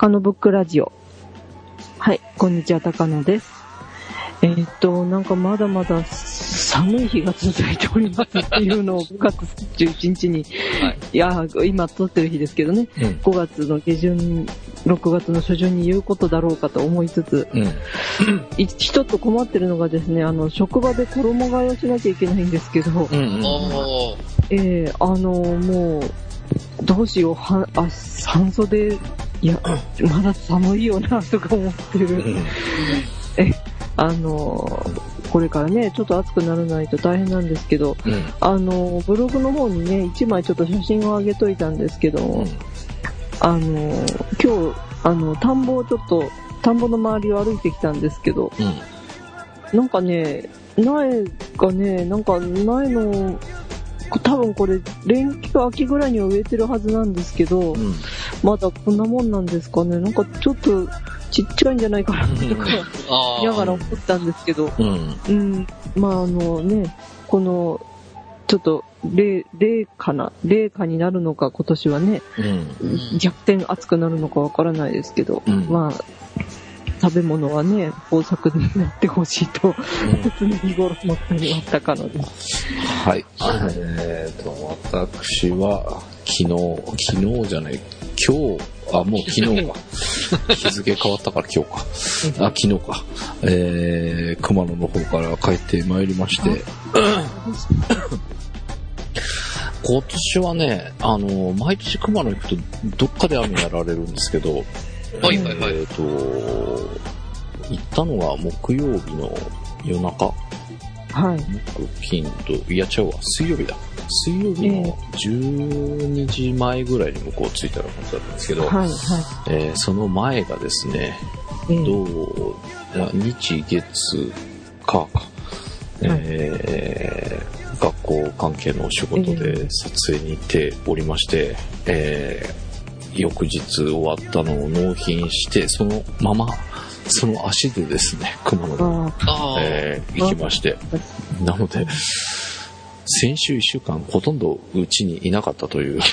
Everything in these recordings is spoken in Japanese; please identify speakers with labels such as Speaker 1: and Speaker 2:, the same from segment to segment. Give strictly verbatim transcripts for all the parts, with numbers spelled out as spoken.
Speaker 1: 高野ブックラジオ。はい、こんにちは、高野です。えー、っと、なんかまだまだ寒い日が続いておりますっていうのをごがつじゅういちにちに、はい、いや、今撮ってる日ですけどね、うん、ごがつの下旬、ろくがつの初旬に言うことだろうかと思いつつ、うん、一つ困ってるのがですね、あの、職場で衣替えをしなきゃいけないんですけど、うんうん、えー、あの、もう、どうしよう、はあ半袖、いや、まだ寒いよなとか思ってる。うん、えあのこれからねちょっと暑くならないと大変なんですけど、うん、あのブログの方にねいちまいちょっと写真を上げといたんですけど、うん、あの今日あの田んぼをちょっと田んぼの周りを歩いてきたんですけど、うん、なんかね苗がねなんか苗の多分これ連休秋ぐらいには植えてるはずなんですけど、うん、まだこんなもんなんですかね。なんかちょっとちっちゃいんじゃないかなとか見ながら思ったんですけど、うんうん、まああのねこのちょっと冷夏な冷夏になるのか今年はね、うん、逆転暑くなるのかわからないですけど、うん、まあ食べ物はね豊作になってほしいと、うん、常日頃思っておりましたかのです。
Speaker 2: はい、えーと私は昨日昨日じゃない今日あもう昨日か日付変わったから今日かあ昨日か、えー、熊野の方から帰ってまいりまして今年はねあの毎年熊野行くとどっかで雨やられるんですけど、はいはいはい、えーと行ったのが木曜日の夜中、はい、木金といやちゃうわ水曜日だ水曜日のじゅうにじまえぐらいに向こう着いたら感じだったんですけど、はいはいえー、その前がですね、えー、どう日月火か、えーはい、学校関係のお仕事で撮影に行っておりまして、えー、翌日終わったのを納品してそのままその足でですね熊野に、えー、行きましてなので先週いっしゅうかんほとんどうちにいなかったという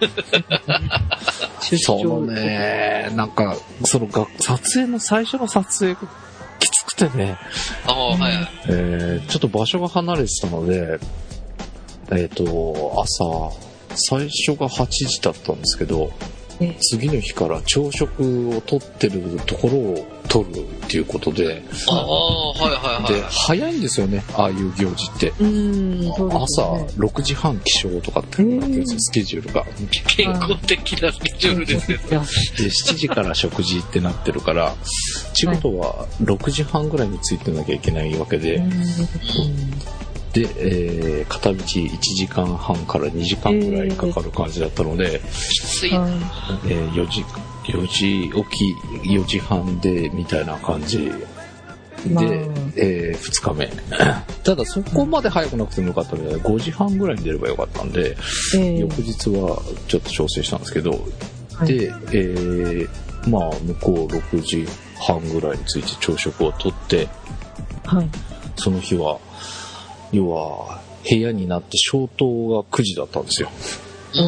Speaker 2: そのねなんかそのが撮影の最初の撮影がきつくてねあ、はいえー、ちょっと場所が離れてたのでえっと朝最初がはちじだったんですけど次の日から朝食をとってるところを撮るっていうことで、ああはいはいはい。で早いんですよねああいう行事って。うーんそうですね、朝ろくじはん起床とかってなってるんですよスケジュールが。
Speaker 3: 健康的なスケジュールですね。
Speaker 2: でしちじから食事ってなってるから仕事はろくじはんぐらいに着いてなきゃいけないわけで。うんで、えー、片道いちじかんはんからにじかんぐらいかかる感じだったので、きつい、えー、よじ、よじ起きよじはんでみたいな感じで、まあえー、ふつかめただそこまで早くなくてもよかったのでごじはんぐらいに出ればよかったんで、えー、翌日はちょっと調整したんですけど、はい、で、えー、まあ向こうろくじはんぐらいに着いて朝食をとって、はい、その日は要は部屋になって消灯がくじだったんですよ、うん、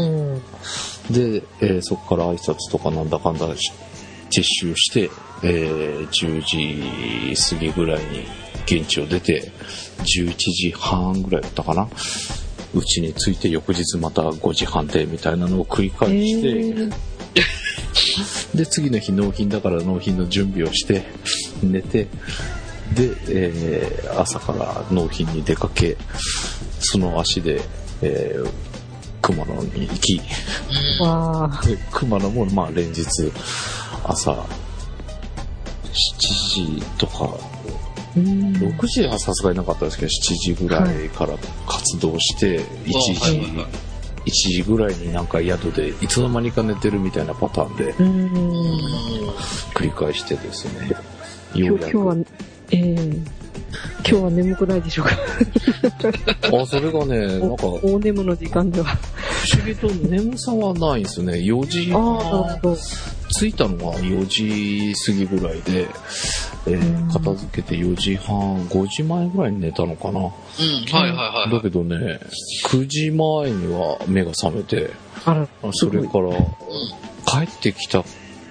Speaker 2: で、えー、そこから挨拶とかなんだかんだ撤収して、えー、じゅうじ過ぎぐらいに現地を出てじゅういちじはんぐらいだったかなうちに着いて翌日またごじはんでみたいなのを繰り返して、えー、で次の日納品だから納品の準備をして寝てで、えー、朝から納品に出かけその足で、えー、熊野に行きで熊野もまあ連日朝しちじとかろくじはさすがになかったですけどしちじぐらいから活動していちじ、いちじぐらいになんか宿でいつの間にか寝てるみたいなパターンで繰り返してですねようやく
Speaker 1: えー、今日は眠くないでしょうか
Speaker 2: あ、それがね、なんか
Speaker 1: 大眠の時間では
Speaker 2: 不思議と眠さはないんですね。よじはん着いたのがよじ過ぎぐらいで、えー、片付けてよじはんごじまえぐらいに寝たのかな、うん、はいはいはい、だけどねくじまえには目が覚めてあらそれから帰ってきた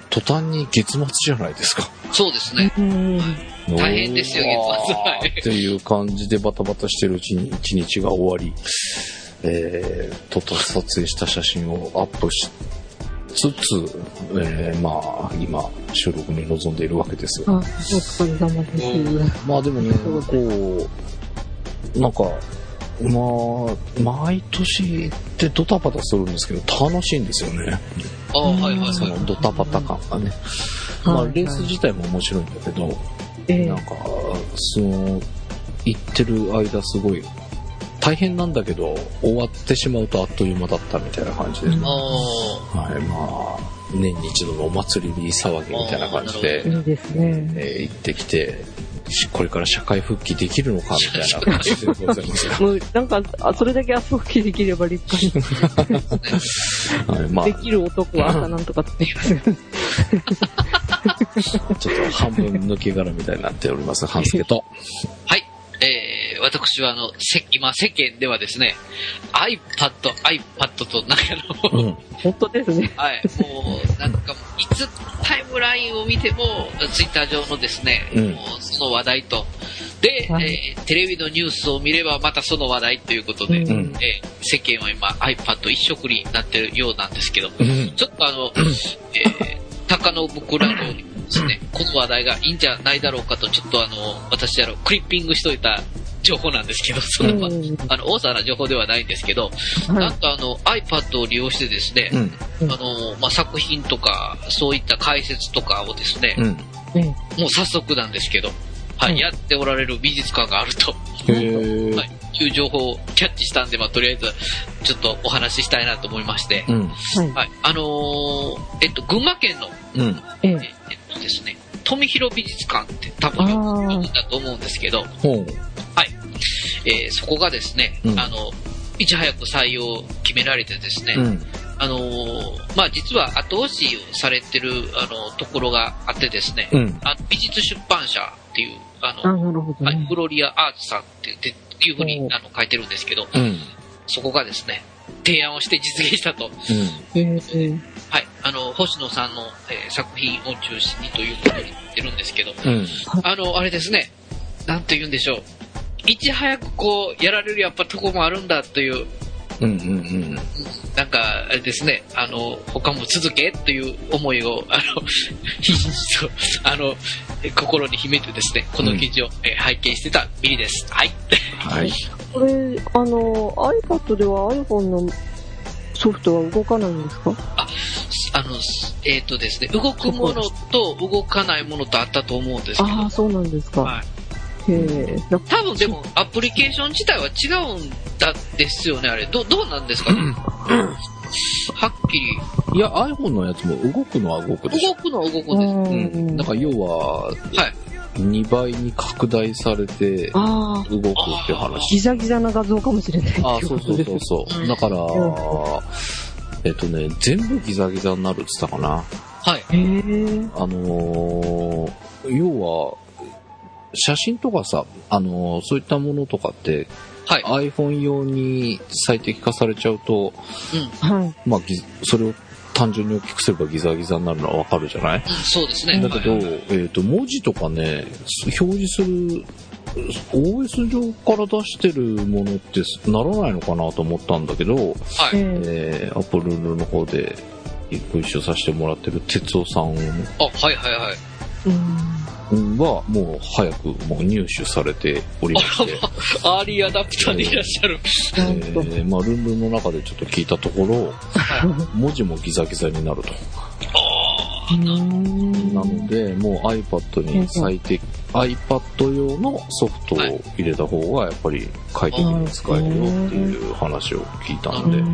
Speaker 2: 途端に月末じゃないですか。
Speaker 3: そうですね。大変ですよ、月末は。
Speaker 2: っていう感じでバタバタしてるうちに一日が終わり、えー、とと撮影した写真をアップしつつ、えー、まあ今収録に臨んでいるわけですよ。
Speaker 1: あ、お疲れ様です。
Speaker 2: うん、まあでもね、こうなんかまあ毎年ってドタバタするんですけど楽しいんですよね。
Speaker 3: あ、はいはいはい。
Speaker 2: そのドタバタ感がね。うん、まあレース自体も面白いんだけど、えー、なんかその行ってる間すごい大変なんだけど終わってしまうとあっという間だったみたいな感じで、うん、はい、まあ年に一度のお祭り騒ぎみたいな感じで、
Speaker 1: いいですね、
Speaker 2: えー、行ってきて、これから社会復帰できるのかみたいな感じでございますよ。
Speaker 1: もうなんかそれだけ復帰できれば立派に、はい、まあ、できる男は朝なんとかって言いますよね。
Speaker 2: ちょっと半分抜け殻みたいになっております半助と。
Speaker 3: はい。えー、私はあの、せ今世間ではですね、iPad、iPad となんかの、うん、
Speaker 1: 本当ですね。
Speaker 3: はい。もう、なんかもう、いつタイムラインを見ても、ツイッター上のですね、うん、もうその話題と、で、はい、えー、テレビのニュースを見ればまたその話題ということで、うん、えー、世間は今 iPad 一色になってるようなんですけど、うん、ちょっとあの、えー、高野袋のですね、この話題がいいんじゃないだろうかと、ちょっとあの、私あの、クリッピングしといた情報なんですけど、その、あの、大沢な情報ではないんですけど、はい、なんとあの、iPad を利用してですね、うん、あの、まあ、作品とか、そういった解説とかをですね、うん、もう早速なんですけど、はい、うん、やっておられる美術館があると、
Speaker 2: へー、
Speaker 3: はい、いう情報をキャッチしたんで、まあ、とりあえず、ちょっとお話ししたいなと思いまして、うん、はい、あのー、えっと、群馬県の、うん、えっとですね、富広美術館って多分読んだと思うんですけど、はい、えー、そこがですね、うん、あの、いち早く採用決められてですね、うん、あのー、まあ、実は後押しをされてる、あの、ところがあってですね、うん、あの美術出版社っていう、あの、
Speaker 1: あ、なるほどね、
Speaker 3: はい、フロリアアーツさんってっていうふうにあの書いてるんですけど、うん、そこがですね、提案をして実現したと。うん、えー、はい、あの、星野さんの、えー、作品を中心にということに言ってるんですけど、うん、あの、あれですね、なんと言うんでしょう。いち早くこう、やられるやっぱとこもあるんだという、うんうんうん、なんか、あれですね、あの、他も続けという思いを、あの、ひしひしと、あの、心に秘めてですね、この記事を、うん、えー、拝見してたミリです。はい。
Speaker 2: はい。
Speaker 1: これ、あの、iPad では iPhone のソフトは動かないんですか？
Speaker 3: あ、あの、えっとですね、動くものと動かないものとあったと思うんですけど。
Speaker 1: ああ、そうなんですか。はい。へ
Speaker 3: 多分でもアプリケーション自体は違うんだですよね、あれ。ど、どうなんですかね、うん、はっきり。
Speaker 2: いや、iPhone のやつも動くのは動くでしょ。
Speaker 3: 動くのは動くです。
Speaker 2: うん。だから要は、はい。にばいに拡大されて動くって話。
Speaker 1: ギザギザな画像かもしれない。
Speaker 2: ああ、そうそうそうそう。だから、えっとね、全部ギザギザになるって言ったかな。
Speaker 3: はい。
Speaker 1: へー。
Speaker 2: あのー、要は、写真とかさ、あのー、そういったものとかって、はい、iPhone 用に最適化されちゃうと、うん、まあ、それを単純に大きくすればギザギザになるのはわかるじゃない、うん、
Speaker 3: そうですね。
Speaker 2: だけど、はい、えーと、文字とかね、表示する オーエス 上から出してるものってならないのかなと思ったんだけど、はい、えー、Apple の方でご一緒させてもらってる哲夫さん、あ、はい
Speaker 3: はいはい。
Speaker 2: うんはもう早くもう入手されておりまして、
Speaker 3: アーリーアダプターでいらっしゃる、
Speaker 2: えー、まあルンルンの中でちょっと聞いたところ、文字もギザギザになると。
Speaker 3: あな
Speaker 2: のでもう iPad に最適、iPad 用のソフトを入れた方がやっぱり快適に使えるよっていう話を聞いたので、うん、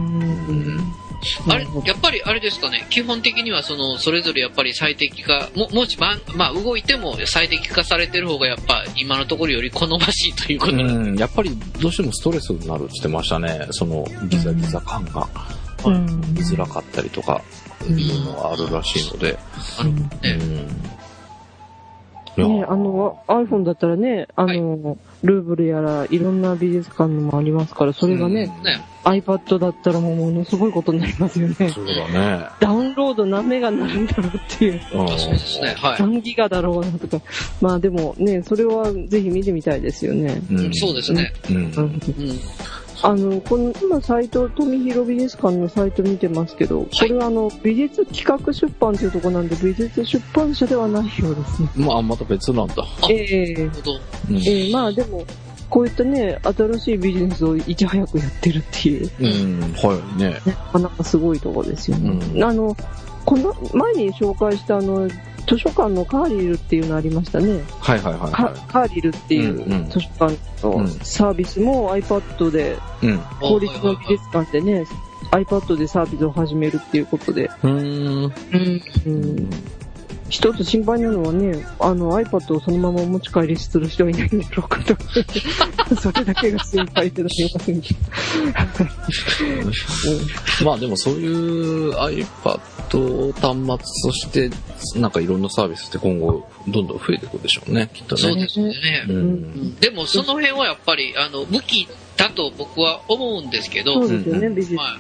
Speaker 3: あれ、やっぱりあれですかね、基本的にはその、それぞれやっぱり最適化、も、もしま、まあ動いても最適化されてる方がやっぱ今のところより好ましいということなんです。
Speaker 2: うん、やっぱりどうしてもストレスになるって言ってましたね、そのギザギザ感が。うん、見づらかったりとか、いうのがあるらしいので。
Speaker 3: うん、あのね、うん
Speaker 1: ね、あの iPhone だったらね、あの、はい、ルーブルやらいろんな美術館のもありますから、それがね、うん、ね iPad だったらもうものすごいことになりますよね。
Speaker 2: そうだね。
Speaker 1: ダウンロード何メガになるんだろうっていう。
Speaker 3: そうですね。はい。
Speaker 1: 何ギガだろうなとか。まあでもね、それはぜひ見てみたいですよね。
Speaker 3: うん、そうですね。うん。うんうん
Speaker 1: あの、この、今、サイト、富広美術館のサイト見てますけど、はい、これはあの、美術企画出版というところなんで、美術出版社ではないようですね。
Speaker 2: まあ、また別なんだ。
Speaker 1: ええー。うん、えー、まあでも、こういったね、新しいビジネスをいち早くやってるっていう。
Speaker 2: うん、はいね。
Speaker 1: なかなかすごいところですよね。うん、あの、この、前に紹介したあの、図書館のカーリルっていうのありましたね。
Speaker 2: はいはいはい、はい、
Speaker 1: カーリルっていう図書館のサービスも iPad で、うん、公立の美術館でね、iPad でサービスを始めるっていうことで。うーん。うん。一つ心配なのはね、あの iPad をそのままお持ち帰りする人はいないんだろうかと。それだけが心配でなりませんけど。
Speaker 2: まあでもそういう iPad を端末としてなんかいろんなサービスって今後どんどん増えていくでしょうね、きっとね。
Speaker 3: そうですね。うん、でもその辺はやっぱりあの武器だと僕は思うんですけど。
Speaker 1: そうですよね、美術。
Speaker 3: はい。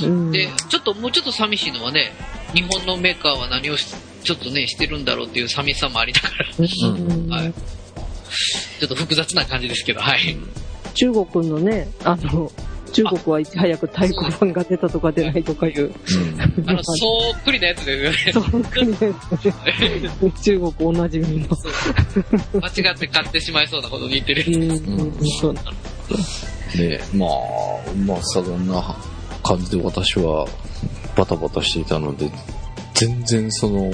Speaker 3: うん、でちょっともうちょっと寂しいのはね、日本のメーカーは何をしちょっとねしてるんだろうっていう寂しさもありながら、うんはい、ちょっと複雑な感じですけど、はい。
Speaker 1: 中国のね、あの中国はいち早く太鼓判が出たとか出ないとかいう、
Speaker 3: うん、あのそっくりなやつです
Speaker 1: よね。そっくりなやつね。中国おなじみの。
Speaker 3: 間違って買ってしまいそうなことに言ってる。うん、そうなの。
Speaker 2: で、まあまあそんな感じで私はバタバタしていたので。全然その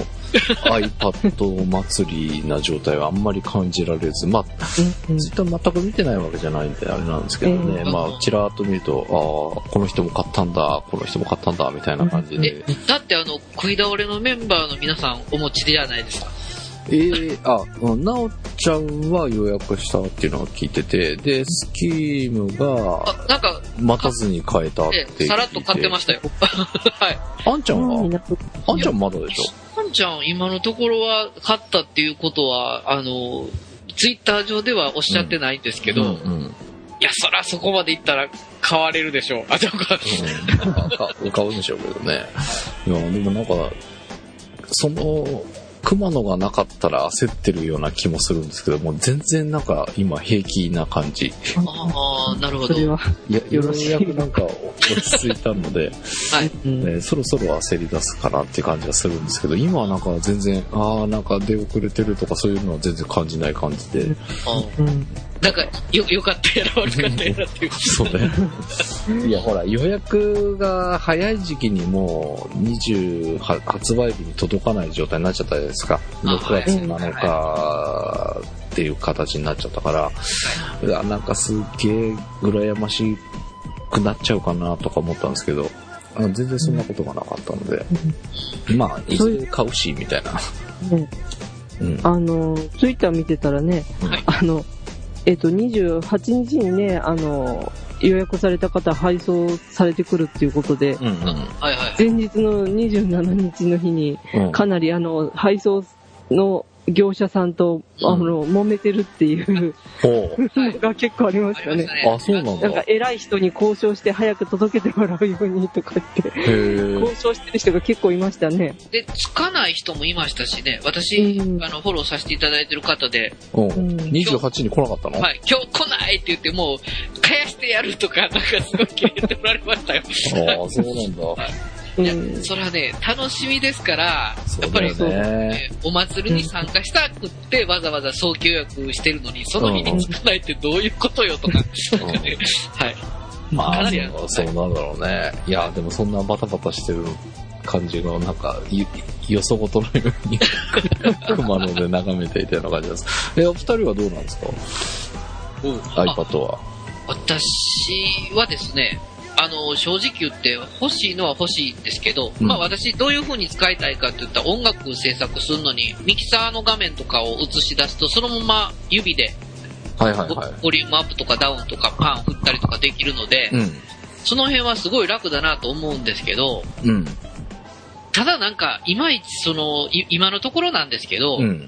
Speaker 2: iPad 祭りな状態はあんまり感じられず、まあ、ツイッター全く見てないわけじゃないんであれなんですけどね、うん、まあ、ちらっと見ると、ああ、この人も買ったんだ、この人も買ったんだ、みたいな感じで。
Speaker 3: え、だってあの、食い倒れのメンバーの皆さんお持ちじゃないですか。
Speaker 2: ええー、あ、なおちゃんは予約したっていうのを聞いてて、で、スキームが、
Speaker 3: あ、なんか、
Speaker 2: 待たずに買えたって聞いて。
Speaker 3: さらっと買ってましたよ。はい。
Speaker 2: あんちゃんはあんちゃんまだでしょ
Speaker 3: あんちゃん、今のところは買ったっていうことは、あの、ツイッター上ではおっしゃってないんですけど、うんうんうん、いや、そらそこまでいったら買われるでしょう。あ、でもか、
Speaker 2: うん、買うんでしょうけどね。いや、でもなんか、その、熊野がなかったら焦ってるような気もするんですけども、全然なんか今平気な感じ。
Speaker 3: ああ、なるほど。
Speaker 1: それは
Speaker 2: やようやくなんか落ち着いたので、はいね、そろそろ焦り出すかなっていう感じがするんですけど、今はなんか全然、ああ、なんか出遅れてるとかそういうのは全然感じない感じで。
Speaker 3: うん、なんかよ、良かったやら悪かったやらっていう。
Speaker 2: そうね。いや、ほら、予約が早い時期にもうにじゅう発売日に届かない状態になっちゃったじゃないですか。ろくがつなのかっていう形になっちゃったから、いや、なんかすっげえ羨ましくなっちゃうかなとか思ったんですけど、全然そんなことがなかったので、まあ、いずれ買うし、みたいな。
Speaker 1: うん、あの、ツイッター見てたらね、はい、あの、えっと、にじゅうはちにちにね、あの、予約された方配送されてくるっていうことで、うんうんはいはい、前日のにじゅうしちにちの日に、かなりあの、配送の業者さんと、うん、あの、揉めてるっていうのが結構ありましたね。
Speaker 2: あ、そうなんだ。
Speaker 1: なんか偉い人に交渉して早く届けてもらうようにとかって、交渉してる人が結構いましたね。
Speaker 3: で、つかない人もいましたしね、私、うん、あの、フォローさせていただいてる方で、
Speaker 2: うん、にじゅうはちに来なかったの？
Speaker 3: はい、今日来ないって言って、もう、返してやるとか、なんかすごい切れておられましたよ。
Speaker 2: ああ、そうなんだ。はい
Speaker 3: いや、それはね、楽しみですから、やっぱりそう、ね、お祭りに参加したくって、わざわざ早期予約してるのに、その日に着かないってどういうことよとか、うん、はい。
Speaker 2: まあ、かなりそうなんだろうね。いや、でもそんなバタバタしてる感じが、なんか、よそごとのように、熊野で眺めていたような感じです。え、お二人はどうなんですか？
Speaker 3: うん、
Speaker 2: iPad は。
Speaker 3: 私はですね、あの、正直言って欲しいのは欲しいんですけど、うん、まあ私どういう風に使いたいかって言ったら音楽制作するのにミキサーの画面とかを映し出すとそのまま指で
Speaker 2: はいはいはい、
Speaker 3: ボリュームアップとかダウンとかパン振ったりとかできるので、うん、その辺はすごい楽だなと思うんですけど、うん、ただなんかいまいちその今のところなんですけど、うん、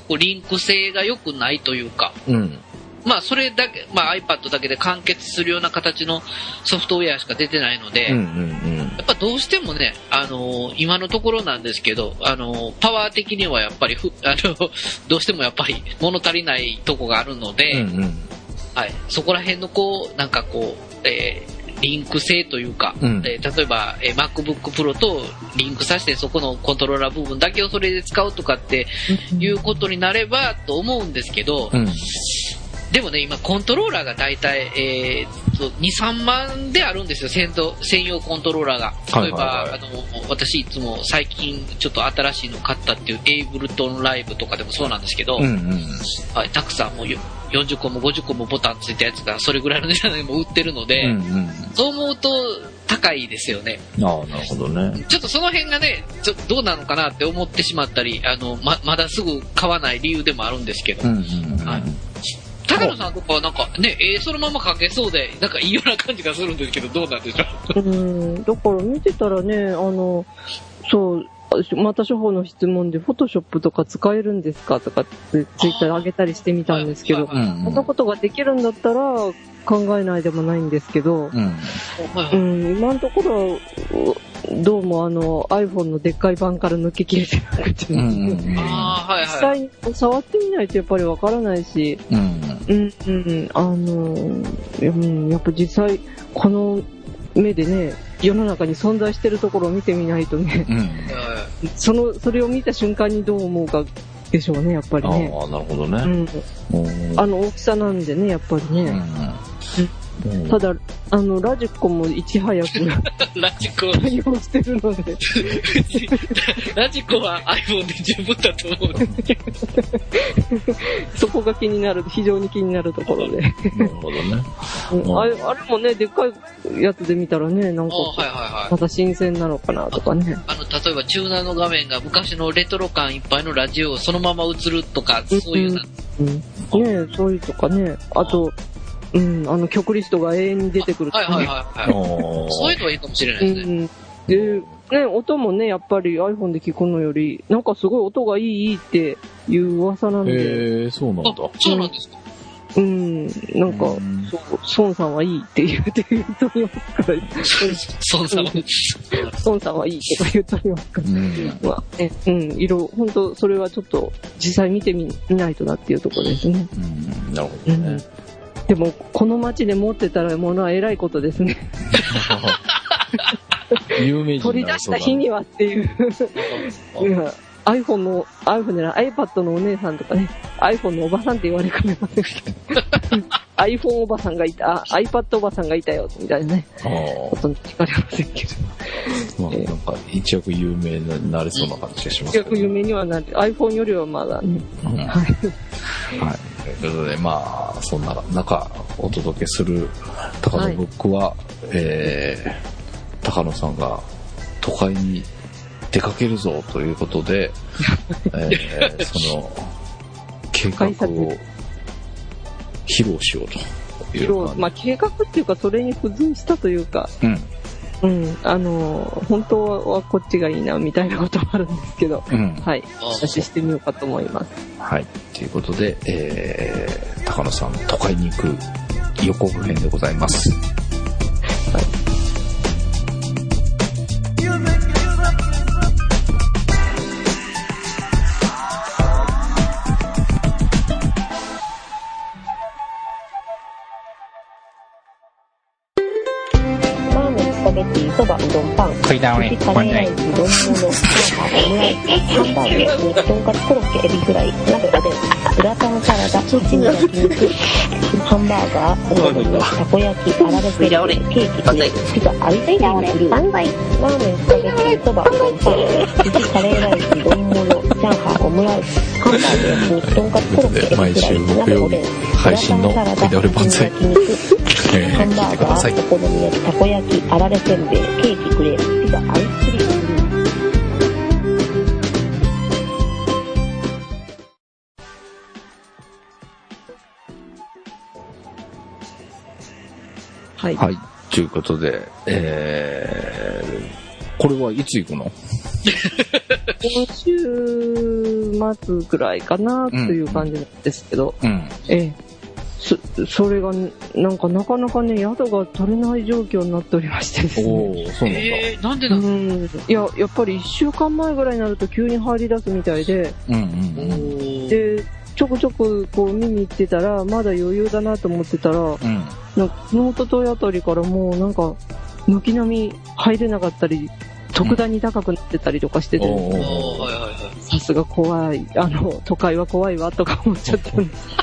Speaker 3: こうリンク性が良くないというか、
Speaker 2: うん、
Speaker 3: まあそれだけ、まあ iPad だけで完結するような形のソフトウェアしか出てないので、
Speaker 2: うんうんうん、
Speaker 3: やっぱどうしてもね、あのー、今のところなんですけど、あのー、パワー的にはやっぱりふ、あの、どうしてもやっぱり物足りないとこがあるので、
Speaker 2: うんうん、
Speaker 3: はい、そこら辺のこう、なんかこう、えーリンク性というか、
Speaker 2: うん
Speaker 3: えー、例えば、えー、MacBook Pro とリンクさせてそこのコントローラー部分だけをそれで使うとかっていうことになればと思うんですけど、
Speaker 2: うん、
Speaker 3: でもね今コントローラーがだいたい、えー、とに、さんまんであるんですよ、専専用コントローラーが。例えば、はいはいはい、あの私いつも最近ちょっと新しいの買ったっていうエイブルトンライブとかでもそうなんですけど、
Speaker 2: うんうん、
Speaker 3: はい、たくさんもうよんじゅっこもごじゅっこもボタンついたやつがそれぐらいの値段でも売ってるので、
Speaker 2: うんうん、
Speaker 3: そう思うと高いですよね。
Speaker 2: ああ、なるほどね。
Speaker 3: ちょっとその辺がね、ちょどうなのかなって思ってしまったり、あの ま, まだすぐ買わない理由でもあるんですけど、
Speaker 2: うんうんうん、
Speaker 3: はい、高野さんとかはなんかね、えー、そのままかけそうでなんかいいような感じがするんですけど、どうなんでしょう。
Speaker 1: うん、だから見てたらね、あのそうまた処方の質問でフォトショップとか使えるんですかとかツイッター上げたりしてみたんですけど、こんなことができるんだったら考えないでもないんですけど、うんうん、今のところどうもあの iPhone のでっかい版から抜けきれてなくて、うんうん、実際に触ってみないとやっぱりわからないし、うんうんうん、あの、うん、やっぱ実際この目でね世の中に存在してるところを見てみないとね、うん、そのそれを見た瞬間にどう思うかでしょうね、やっぱりね。
Speaker 2: ああ、なるほどね、
Speaker 1: うん、あの大きさなんでね、やっぱりね、うんうん、ただあのラジコもいち早く
Speaker 3: ラジコ
Speaker 1: 対応してるので
Speaker 3: ラジコは iPhone で十分だと思うんで
Speaker 1: そこが気になる、非常に気になるところで。
Speaker 2: なるほどね、
Speaker 1: うん、あれ、あれもねでっかいやつで見たらね、なんか、はいはいはい、また新鮮なのかなとかね。
Speaker 3: あの例えばチューナーの画面が昔のレトロ感いっぱいのラジオをそのまま映るとか、そういうな、
Speaker 1: うんうん、ね、そういうとかね、あとうん、あの曲リストが永遠に出てくるとか、ね、はいはいはい、はい、そういうのはいいかもしれないですね。うん、でね、音もねやっぱり iPhone で聞くのよりなんかすごい音がいいいいっていう噂なんで。
Speaker 2: へー、そうなんだ。
Speaker 3: そうなんですか。
Speaker 1: うん、なんか、うん、そう、孫さんはいいって言って言っておりますから。
Speaker 3: 孫さんは
Speaker 1: 孫さんはいいとか言っておりますから。うん、まあね、うん、色、本当それはちょっと実際見てみないとなっていうところですね。
Speaker 2: うん、なるほどね。うん、
Speaker 1: でもこの街で持ってたらものは偉いことですね。
Speaker 2: 有名人
Speaker 1: 取り出した日にはっていうiPhone の iPhone じゃない iPad のお姉さんとかね、 iPhone のおばさんって言われかねませんけどiPhone おばさんがいた、iPad おばさんがいたよみたいなね、ことに聞かれませんけど、
Speaker 2: まあ、なんか一躍有名になれそうな感じがしますけど、
Speaker 1: ね、一躍有名にはなる iPhone よりはまだね、うん、はい、
Speaker 2: はい、ということで、まあそんな中お届けする高野ブックは、はい、えー、高野さんが都会に出かけるぞということで、えー、その計画を披露しようという
Speaker 1: か、まあ、計画っていうかそれに付随したというか、うん、うん、あの本当はこっちがいいなみたいなこともあるんですけど、うん、はい、私してみようかと思います。
Speaker 2: はい、ということで、えー、高野さん都会に行く予告編でございます。はい。
Speaker 4: そば、うどん、パン、
Speaker 5: 食い倒れ、
Speaker 4: カレーライス、丼物、チャーハン、オムライス、ハンバーグ、肉、とんかつ、コロッケ、エビフライ、鍋、おでん、グラタンサラダ、チヂミ、焼肉、ハンバーガー、お好み、たこ焼き、あられせんべい、ケーキ、クレープ、ピザ、アイスクリーム、ブルー、ラーメン、スパゲッティ、そば、うどん、パン、寿司、カレーライス、丼物、チャーハン、オムライス、ハンバーグ、焼肉、とんかつ、コロッケ、エビフライ、鍋、おでん、
Speaker 2: 配信の食い倒れ万歳、
Speaker 4: ハンバーガー、お好み焼き、たこ焼き、あられせんべい、ケーキ、クレープ、ピザ、アイスクリーム。
Speaker 2: はい。はい。ということで、えー、これはいつ行くの？
Speaker 1: 今週末ぐらいかなという感じなんですけど、
Speaker 2: うん、
Speaker 1: ええ、そ, それがなんかなかなかね宿が取れない状況になっておりましてですね。
Speaker 2: おー、そうなんだ。
Speaker 3: えー、なんでなん
Speaker 1: うん、いややっぱりいっしゅうかんまえぐらいになると急に入り出すみたいで、
Speaker 2: うんうんうん、
Speaker 1: でちょこちょここう見に行ってたらまだ余裕だなと思ってたら、うん、なんかノートとあたりからもうなんか軒並み入れなかったり特段に高くなってたりとかしてて、ね、さすが怖い、あの都会は怖いわとか思っちゃったんです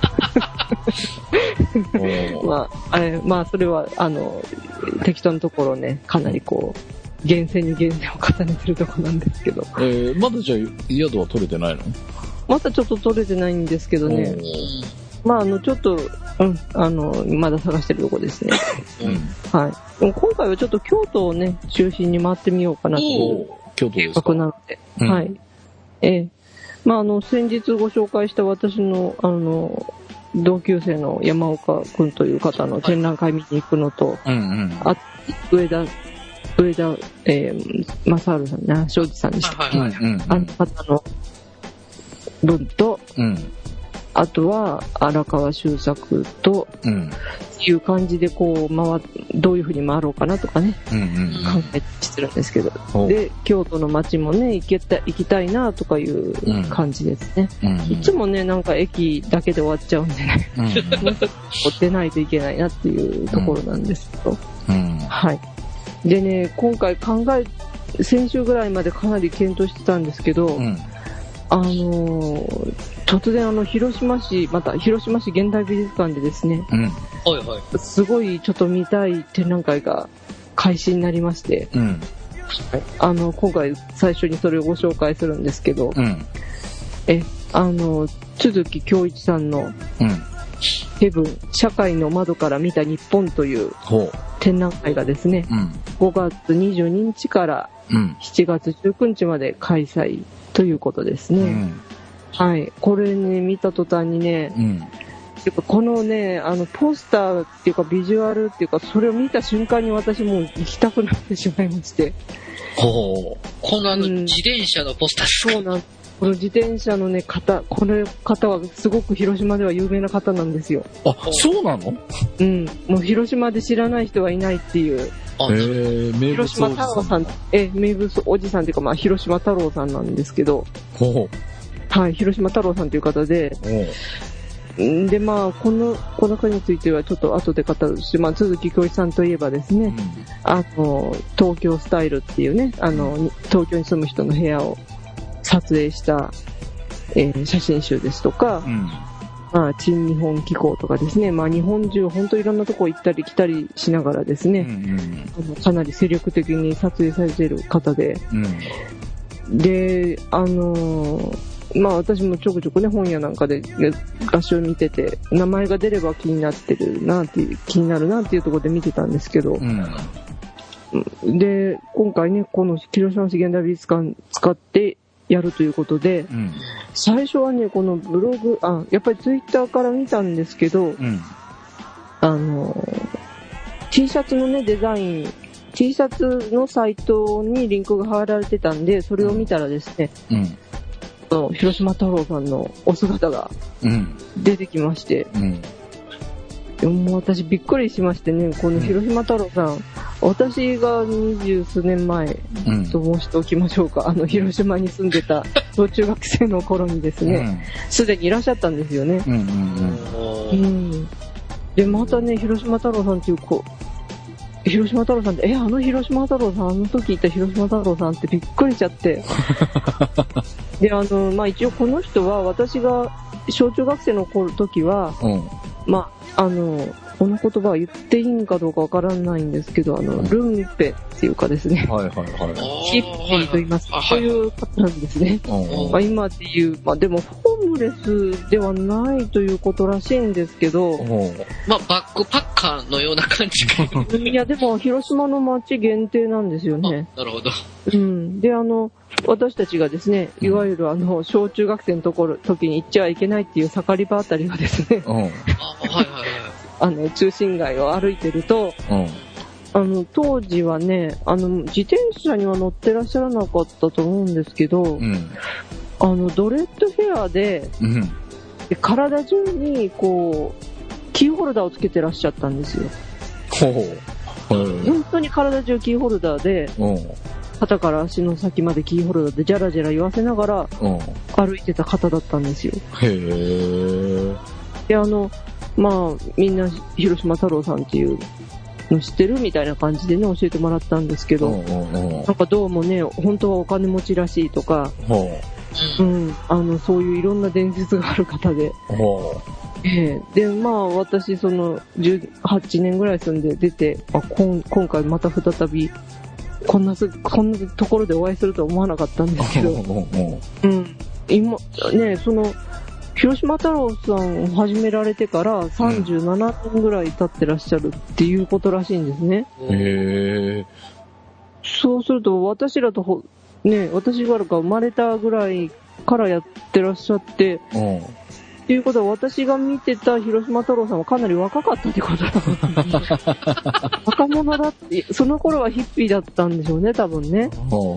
Speaker 1: まあ、あれまあそれはあの適当なところねかなりこう厳選に厳選を重ねてるところなんですけど、
Speaker 2: えー、まだじゃあ宿は取れてないの？ま
Speaker 1: だちょっと取れてないんですけどね、まああのちょっと、うん、あのまだ探してるとこですね、うん、はい。でも今回はちょっと京都をね中心に回ってみようかなという計画なので、うん、はい。ええ、まああの先日ご紹介した私のあの同級生の山岡くんという方の展覧会見に行くのと、はい、うんうん、あ上田上田、えー、正治さんね、庄司さんでしたっけ、はいはいはい、あの方の分と、うん、あとは荒川修作と、うん、いう感じでこう回どういう風に回ろうかなとかね、うんうん、考えてるんですけど、で京都の街もね行けた行きたいなとかいう感じですね、うんうん、いつもねなんか駅だけで終わっちゃうんでね、うん、もうちょっと出ないといけないなっていうところなんですけど、うん、はいでね今回考え先週ぐらいまでかなり検討してたんですけど、うん、あのー、突然あの広島市また広島市現代美術館でですね、うんはいはい、すごいちょっと見たい展覧会が開始になりまして、うん、あの今回最初にそれをご紹介するんですけど、うん、えあの都築恭一さんの、うんヘブン社会の窓から見た日本という展覧会がですね、うん、ごがつにじゅうににちからしちがつじゅうくにちまで開催ということですね、うん、はいこれね見た途端にね、うん、このねあのポスターっていうかビジュアルっていうかそれを見た瞬間に私もう行きたくなってしまいまして
Speaker 3: ほうこのあの、うん、自転車のポスター
Speaker 1: そうなんこの自転車のね方この方はすごく広島では有名な方なんですよ。
Speaker 2: あそうなの？
Speaker 1: うんもう広島で知らない人はいないっていう
Speaker 2: あ、えー、名物
Speaker 1: 広島太郎さんえ名物おじさんっていうかまあ広島太郎さんなんですけどほうはい広島太郎さんという方ででまあこのこの方についてはちょっと後で語るし、まあ、都築恭一さんといえばですね、うん、あの東京スタイルっていうねあの東京に住む人の部屋を撮影した、えー、写真集ですとか、うんまあ、新日本機構とかですね、まあ、日本中本当いろんなとこ行ったり来たりしながらですね、うんうん、あのかなり精力的に撮影されている方で、うん、であのー、まあ私もちょくちょくね本屋なんかで画集見てて名前が出れば気になってるなっていう気になるなっていうところで見てたんですけど、うん、で今回ねこの広島市現代美術館使ってやるということで、うん、最初はねこのブログあやっぱりツイッターから見たんですけど、うん、あの T シャツのねデザイン T シャツのサイトにリンクが貼られてたんでそれを見たらですね、うん、広島太郎さんのお姿が出てきまして、うんうんでももう私びっくりしましてねこの広島太郎さん、うん、私が二十数年前と申しておきましょうか、うん、あの広島に住んでた小中学生の頃にですねすで、うん、にいらっしゃったんですよね、うんうんうんうん、でまたね広島太郎さんっていう子広島太郎さんってえあの広島太郎さんあの時いた広島太郎さんってびっくりしちゃってであの、まあ、一応この人は私が小中学生の頃時は、うんまあ、あのこの言葉は言っていいんかどうかわからないんですけどあのルンペっていうかですね、はいはいはい、ヒッピーと言いますか、そういう方なんですね、まあ、今でいう、まあ、でもホームレスではないということらしいんですけど、
Speaker 3: まあ、バックパッカーのような感じか
Speaker 1: いやでも広島の街限定なんですよね。
Speaker 3: なるほど、
Speaker 1: うん、であの私たちがですねいわゆるあの小中学生のところ時に行っちゃいけないっていう盛り場あたりはですね、うん、あはいはいはいあの中心街を歩いてると、うん、あの当時はねあの自転車には乗ってらっしゃらなかったと思うんですけど、うん、 あの、ドレッドヘアで、
Speaker 2: うん、
Speaker 1: で体中に、こう、キーホルダーをつけてらっしゃったんですよ。
Speaker 2: ほう。うん、
Speaker 1: 本当に体中キーホルダーで、うん、肩から足の先までキーホルダーでジャラジャラ言わせながら、歩いてた方だったんですよ。
Speaker 2: へー。
Speaker 1: で、あの、まあ、みんな、広島太郎さんっていうの知ってるみたいな感じでね、教えてもらったんですけど、うんうんうん、なんかどうもね、本当はお金持ちらしいとか、うん、あの、そういういろんな伝説がある方で、えー、で、まあ、私、その、じゅうはちねんぐらい住んで出て、あ、今、今回また再び、こんなす、こんなところでお会いするとは思わなかったんですけど、うん、今、ね、その、広島太郎さんを始められてからさんじゅうななねんぐらい経ってらっしゃるっていうことらしいんですね。
Speaker 2: へー。
Speaker 1: そうすると、私らとほ、ね、私が生まれたぐらいからやってらっしゃって、うん、っていうことは私が見てた広島太郎さんはかなり若かったってことだ若者だって、その頃はヒッピーだったんでしょうね、多分ね。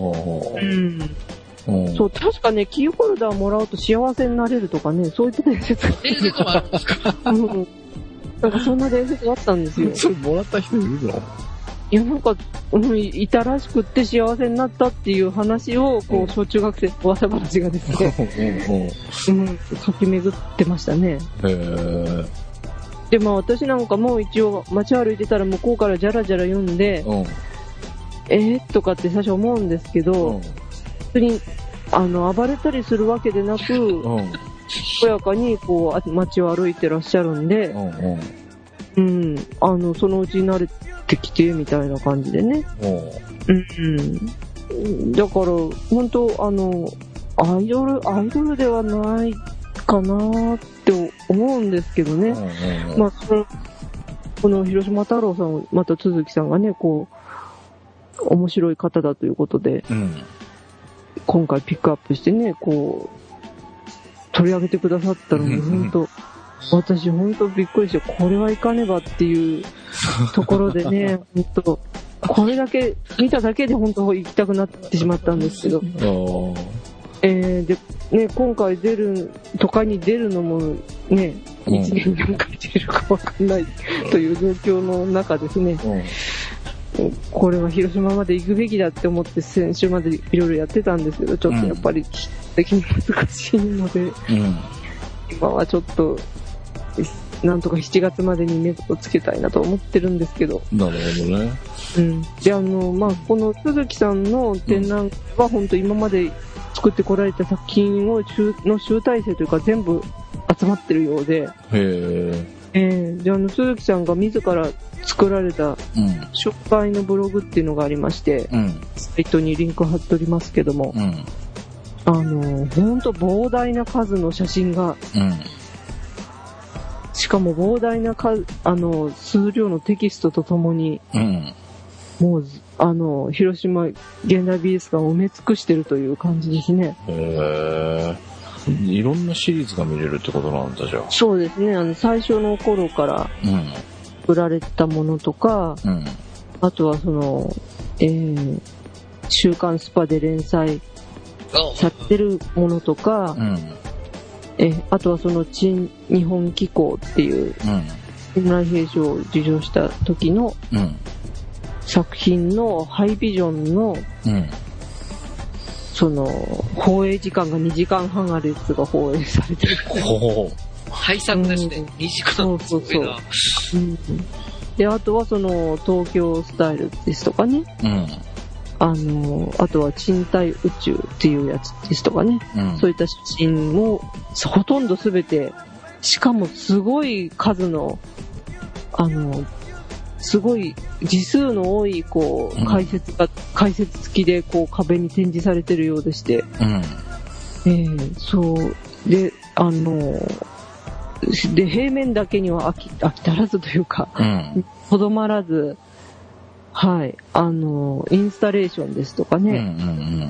Speaker 1: うん、そう、確かね、キーホルダーもらうと幸せになれるとかね、そういった伝説が。
Speaker 3: 伝説もあるんですかうん。
Speaker 1: なんかそんな伝説があったんですよ。
Speaker 2: それもらった人いるの？
Speaker 1: いや、なんか、うん、いたらしくって幸せになったっていう話を、こう、小中学生の噂話がですね、うん、書き巡ってましたね。へー。で、まあ私なんかも一応街歩いてたら向こうからジャラジャラ読んで、うん、えーとかって最初思うんですけど、うん普通にあの暴れたりするわけでなく、うん、こやかにこう街を歩いてらっしゃるんで、うんうんうん、あのそのうちに慣れてきてみたいな感じでね、うんうん、だから本当あのアイドルアイドルではないかなって思うんですけどね、うんうん、まあそのこの広島太郎さんまた都築さんがねこう面白い方だということで。うん今回ピックアップしてね、こう、取り上げてくださったのに、本当私本当びっくりして、これはいかねばっていうところでね、本当これだけ、見ただけで本当行きたくなってしまったんですけど、えー、で、ね、今回出る、都会に出るのもね、いちねんに何回出るかわかんないという状況の中ですね、これは広島まで行くべきだって思って先週までいろいろやってたんですけどちょっとやっぱり的に難しいので、うん、今はちょっとなんとかしちがつまでに目をつけたいなと思ってるんですけど
Speaker 2: なるほどね、
Speaker 1: うん、であの、まあ、この鈴木さんの展覧は本当今まで作ってこられた作品をの集大成というか全部集まってるようでへーえー、であの鈴木さんが自ら作られた紹介のブログっていうのがありまして、うん、サイトにリンク貼っておりますけども、うん、あの本当膨大な数の写真が、うん、しかも膨大な数あの数量のテキストとともに、うん、もうあの広島現代美術館を埋め尽くしてるという感じですね。
Speaker 2: へーいろんなシリーズが見れるってことなんだじゃあ。
Speaker 1: そうですね。あの最初の頃から売られたものとか、うん、あとはその、えー、週刊スパで連載されてるものとか、うん、えあとはその新日本機構っていう近代兵賞を受賞した時の作品のハイビジョンの、うんその放映時間がにじかんはんあるやつが放映されてる。
Speaker 3: 大作ですね、うん、にじかん。そうそうそう、
Speaker 1: うん、であとはその東京スタイルですとかね、うん、あのあとは賃貸宇宙っていうやつですとかね、うん、そういった写真もほとんど全てしかもすごい数のあのすごい字数の多いこう解説が、うん、解説付きでこう壁に展示されているようでして、うんえー、そうであので平面だけには飽き、飽き足らずというかとど、うん、まらずはいあのインスタレーションですとかね、うんうんうん、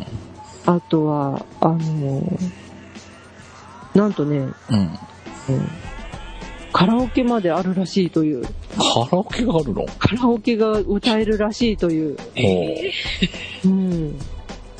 Speaker 1: あとはあのなんとね、うんうんカラオケまであるらしいという。
Speaker 2: カラオケがあるの？
Speaker 1: カラオケが歌えるらしいという。えー、うん。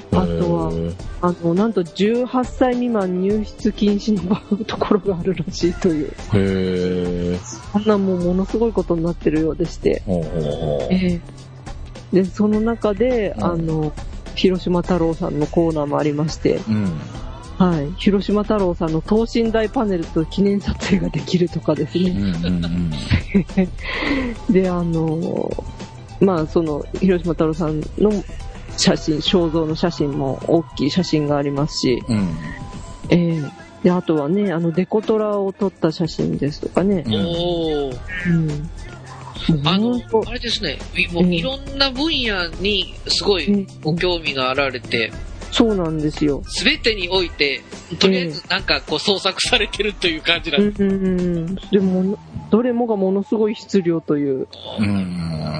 Speaker 1: あとは、あの、なんとじゅうはっさい未満入室禁止のところがあるらしいという。
Speaker 2: へー。
Speaker 1: そんなもうものすごいことになってるようでして。
Speaker 2: ほうほうほう。
Speaker 1: えー、で、その中で、あの、広島太郎さんのコーナーもありまして、うん、はい。広島太郎さんの等身大パネルと記念撮影ができるとかですね。うんうんうん、で、あの、まあ、その、広島太郎さんの写真、肖像の写真も大きい写真がありますし、うん、えー、で、あとはね、あの、デコトラを撮った写真ですとかね。おー。
Speaker 3: うん、あの、あれですね、もういろんな分野にすごいご興味があられて、
Speaker 1: そうなんですよ。
Speaker 3: すべてにおいて、とりあえずなんかこう創作されてるという感じなんです。うんうん、
Speaker 1: でも、どれもがものすごい質量という。うん。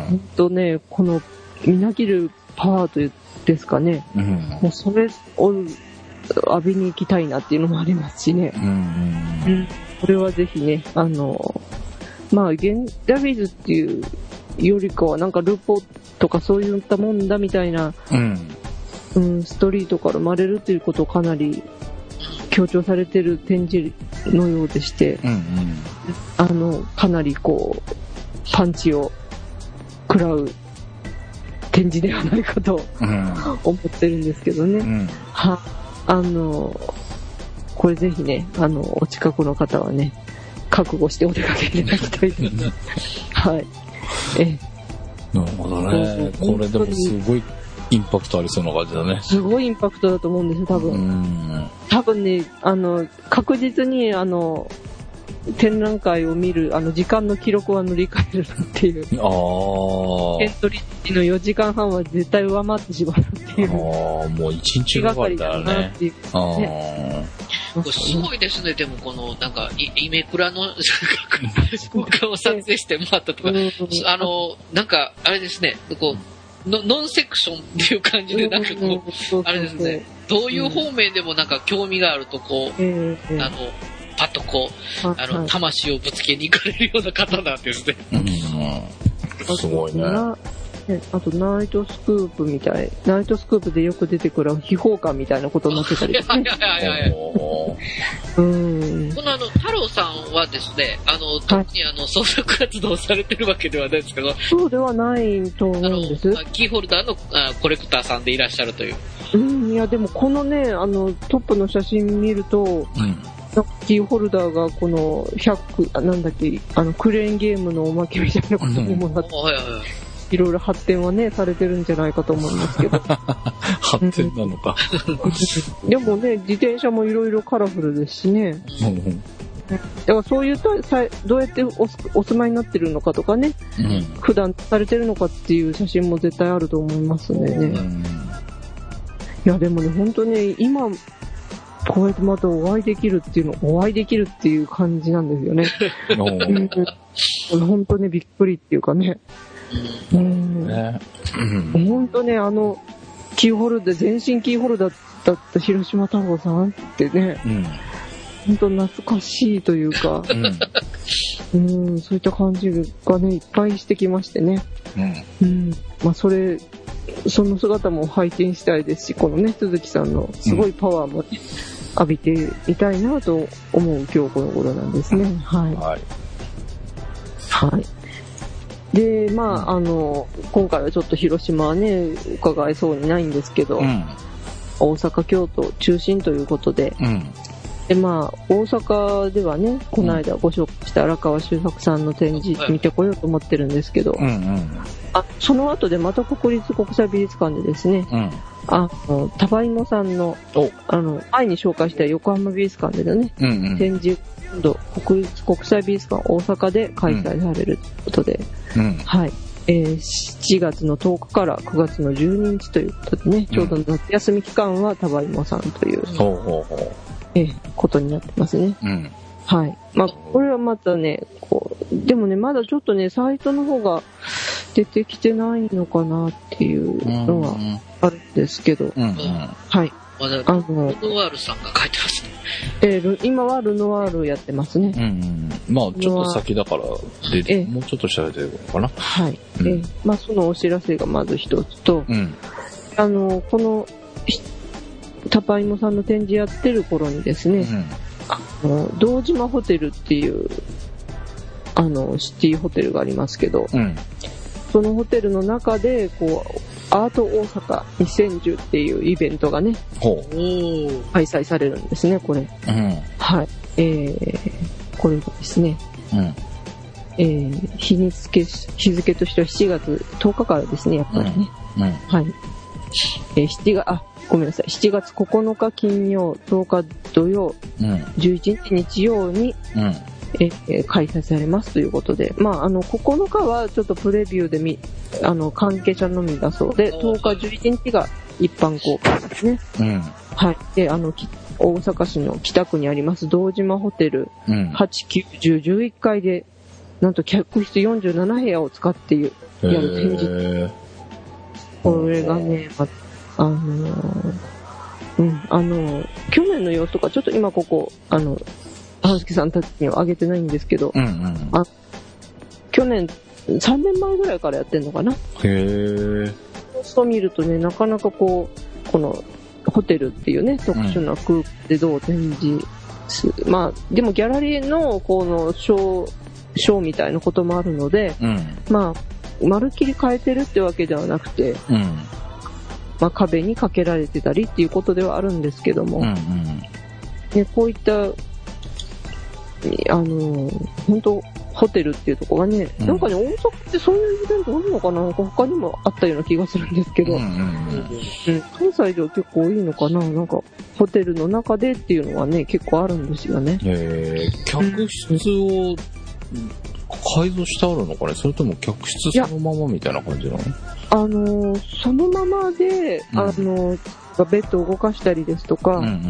Speaker 1: ほんとね、この、みなぎるパワーというですかね。うん、もうそれを浴びに行きたいなっていうのもありますしね。うんうんうん、これはぜひね、あの、まあ、現代美術っていうよりかは、なんかルポとかそういったもんだみたいな、うんうん、ストリートから生まれるということをかなり強調されている展示のようでして、うんうん、あの、かなりこう、パンチを食らう展示ではないかと、うん、思ってるんですけどね。うん、は、あの、これぜひね、あの、お近くの方はね、覚悟してお出かけいただきたいと思います。はい。え
Speaker 2: なるほどね。これでもすごいインパクトありそうな感じだね。
Speaker 1: すごいインパクトだと思うんですよ、多分。うん多分ね、あの、確実に、あの、展覧会を見る、あの、時間の記録は塗り替えるっていう。ああ。エントリーのよじかんはんは絶対上回ってしまうっていう。ああ、
Speaker 2: もう一日がかりだね。ああ。
Speaker 3: ね、すごいですね、でもこの、なんか、イメクラの空間を撮影して回ったとか、あの、なんか、あれですね、こう、のノンセクションっていう感じで、なんかこう、あれですね、どういう方面でもなんか興味があると、こう、あの、パッとこう、あの、魂をぶつけに行かれるような方なんですね。
Speaker 2: うん、すごいね。
Speaker 1: あと、ナイトスクープみたい。ナイトスクープでよく出てくる秘宝館みたいなことになってたりとか、ね。いやいやいやいや。
Speaker 3: うん。このあの、太郎さんはですね、あの、特にあの、創作活動されてるわけではないですけど。
Speaker 1: そうではないと思うんです。
Speaker 3: キーホルダーのあコレクターさんでいらっしゃるという。
Speaker 1: うん、いや、でもこのね、あの、トップの写真見ると、うんキーホルダーがこのひゃく、あ、なんだっけ、あの、クレーンゲームのおまけみたいなことにもなって、うんはいはい、いろいろ発展はね、されてるんじゃないかと思いますけど。
Speaker 2: 発展なのか。
Speaker 1: でもね、自転車もいろいろカラフルですしね。だからそういうと、どうやって お, お住まいになってるのかとかね、うん、普段されてるのかっていう写真も絶対あると思いますんでね。うん、いや、でもね、本当に今、こうやってまたお会いできるっていうの、お会いできるっていう感じなんですよね。うん、本当にびっくりっていうかね。うん、ね本当ね、あの、キーホルダー、全身キーホルダーだった広島太郎さんってね、うん、本当懐かしいというか、うん、うん、そういった感じがね、いっぱいしてきましてね。うん、うん、まあそれ、その姿も拝見したいですし、このね、鈴木さんのすごいパワーも、ね、浴びていたいなと思う今日この頃なんですね。はい。はい。はい、で、まあ、あの、今回はちょっと広島はね、伺えそうにないんですけど、うん、大阪、京都中心ということで、うん、で、まあ、大阪ではね、この間ご紹介した荒川修作さんの展示見てこようと思ってるんですけど、うんうん、あその後でまた国立国際美術館でですね、うんあの、タバイモさんの、あの、前に紹介した横浜美術館でのね、うんうん、展示、今度、国立国際美術館大阪で開催されるということで、うん、はい。えー、しちがつのとおかからくがつのじゅうににちということでね、ちょうど夏休み期間はタバイモさんという、うん、えー、ことになってますね。うん、はい。まあ、これはまたね、こう、でもね、まだちょっとね、サイトの方が出てきてないのかなっていうのはあるんですけど、うんうん、はい。
Speaker 3: まだ、あの、ルノワールさんが書いてますね。
Speaker 1: えー、今はルノワールやってますね。
Speaker 2: うんうん、まあ、ちょっと先だから、で、えー、もうちょっと調べてるのかな。
Speaker 1: はい。うん、えー、まあ、そのお知らせがまず一つと、うん、あの、この、 タパイモさんの展示やってる頃にですね、うん、あの堂島ホテルっていうあのシティホテルがありますけど、うん、そのホテルの中でこうアート大阪にせんじゅうっていうイベントがね開催されるんですねこれ、うん、はい、えー、これがですね、うんえー、日に付日付としてはしちがつとおかからですねやっぱりね、うんうん、はい、えー、しちがつあごめんなさいしちがつここのか金曜とおか土曜、うん、じゅういちにち日曜に、うんえー、開催されますということで、まあ、あのここのかはちょっとプレビューでみあの関係者のみだそうでとおかじゅういちにちが一般公開ですね、うんはい、であの大阪市の北区にあります堂島ホテル、うん、はち、きゅう、じゅう、じゅういっかいでなんと客室よんじゅうななへやを使ってやる展示これがね、まあのーうんあのー、去年の様子とかちょっと今ここあの葉月さんたちにはあげてないんですけど、うんうん、あ去年さんねんまえぐらいからやってんのかな。へー。そう見るとねなかなかこうこのホテルっていうね特殊な空間でどう展示する、うん、まあでもギャラリーのこのショーショーみたいなこともあるので、うん、まあまるっきり変えてるってわけではなくて、うんまあ、壁にかけられてたりっていうことではあるんですけども、うんうんね、こういったあの本当ホテルっていうところがね、うん、なんかね大阪ってそういうイベントあるのかな、なんか他にもあったような気がするんですけど、うんうんうんうん、関西では結構多いのかな、なんかホテルの中でっていうのはね結構あるんですよね。
Speaker 2: えー、客室を改造してあるのかね、それとも客室そのままみたいな感じなの？
Speaker 1: あのー、そのままで、うん、あのー、ベッドを動かしたりですとか、うんうんうん、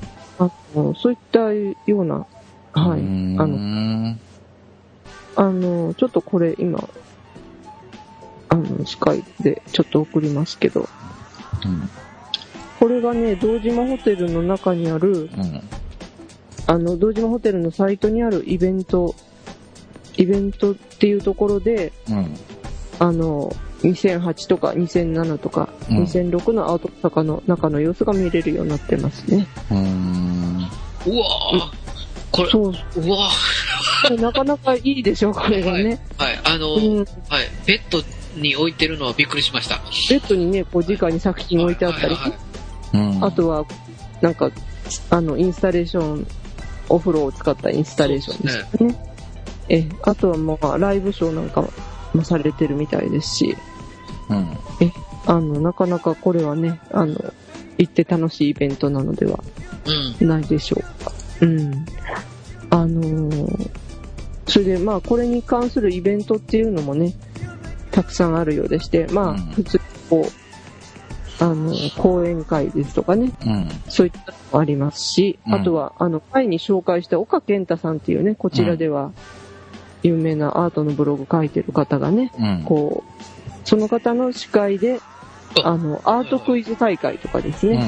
Speaker 1: あのそういったようなはい、あの、あの、ちょっとこれ今、あの、スカイでちょっと送りますけど、うん、これがね、堂島ホテルの中にある、うん、あの、堂島ホテルのサイトにあるイベント、イベントっていうところで、うん、あの、にせんはちとかにせんななとか、うん、にせんろくのアート大阪の中の様子が見れるようになってますね。うーん
Speaker 3: うわーこれそう、うわ
Speaker 1: なかなかいいでしょこれがね。
Speaker 3: はい、はい、あの、うん、はい、ベッドに置いてるのはびっくりしました。
Speaker 1: ベッドにね、こう直に作品置いてあったり、はいはいはい、あとはなんかあのインスタレーション、お風呂を使ったインスタレーションですね。え、あとはまあライブショーなんかもされてるみたいですし、うん、え、あのなかなかこれはね、あの行って楽しいイベントなのではないでしょうか。うん、あのー、それでまあこれに関するイベントっていうのもねたくさんあるようでして、まあ普通こうあの講演会ですとかね、うん、そういったのもありますし、うん、あとはあの前に紹介した岡健太さんっていうねこちらでは有名なアートのブログ書いてる方がね、うん、こうその方の司会であのアートクイズ大会とかですね、うんうん、